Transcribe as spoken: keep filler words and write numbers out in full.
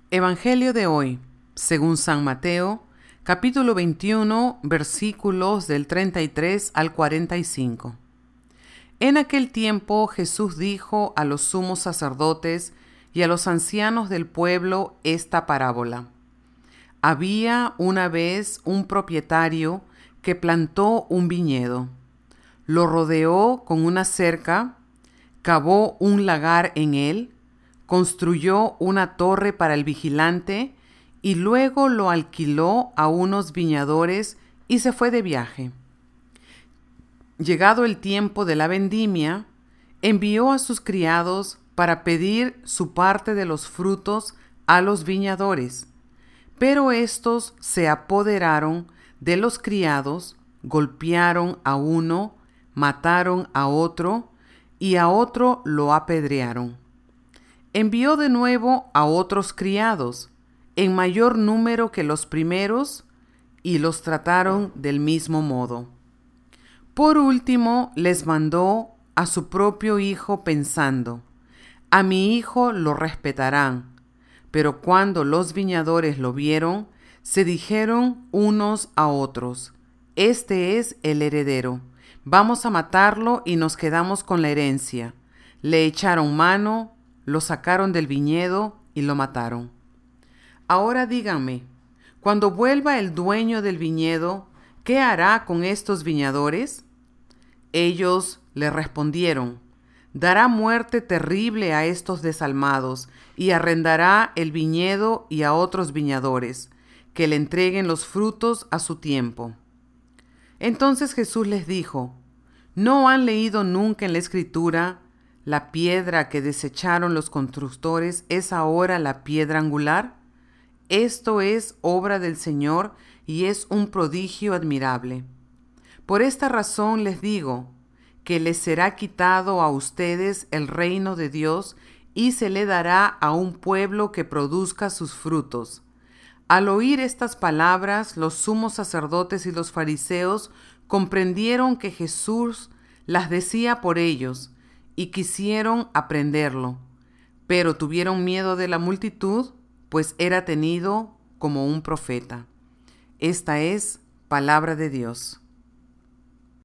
Evangelio de hoy, según San Mateo, capítulo veintiuno, versículos del treinta y tres al cuarenta y cinco. En aquel tiempo Jesús dijo a los sumos sacerdotes y a los ancianos del pueblo esta parábola. Había una vez un propietario que plantó un viñedo, lo rodeó con una cerca, cavó un lagar en él, construyó una torre para el vigilante y luego lo alquiló a unos viñadores y se fue de viaje. Llegado el tiempo de la vendimia, envió a sus criados para pedir su parte de los frutos a los viñadores. Pero éstos se apoderaron de los criados, golpearon a uno, mataron a otro y a otro lo apedrearon. Envió de nuevo a otros criados, en mayor número que los primeros, y los trataron del mismo modo. Por último, les mandó a su propio hijo pensando, a mi hijo lo respetarán. Pero cuando los viñadores lo vieron, se dijeron unos a otros, este es el heredero, vamos a matarlo y nos quedamos con la herencia. Le echaron mano, lo sacaron del viñedo y lo mataron. Ahora díganme, cuando vuelva el dueño del viñedo, ¿qué hará con estos viñadores? Ellos le respondieron, dará muerte terrible a estos desalmados y arrendará el viñedo y a otros viñadores, que le entreguen los frutos a su tiempo. Entonces Jesús les dijo, ¿no han leído nunca en la Escritura, la piedra que desecharon los constructores es ahora la piedra angular? Esto es obra del Señor y es un prodigio admirable. Por esta razón les digo, que les será quitado a ustedes el reino de Dios y se le dará a un pueblo que produzca sus frutos. Al oír estas palabras, los sumos sacerdotes y los fariseos comprendieron que Jesús las decía por ellos y quisieron aprenderlo, pero tuvieron miedo de la multitud, pues era tenido como un profeta. Esta es palabra de Dios.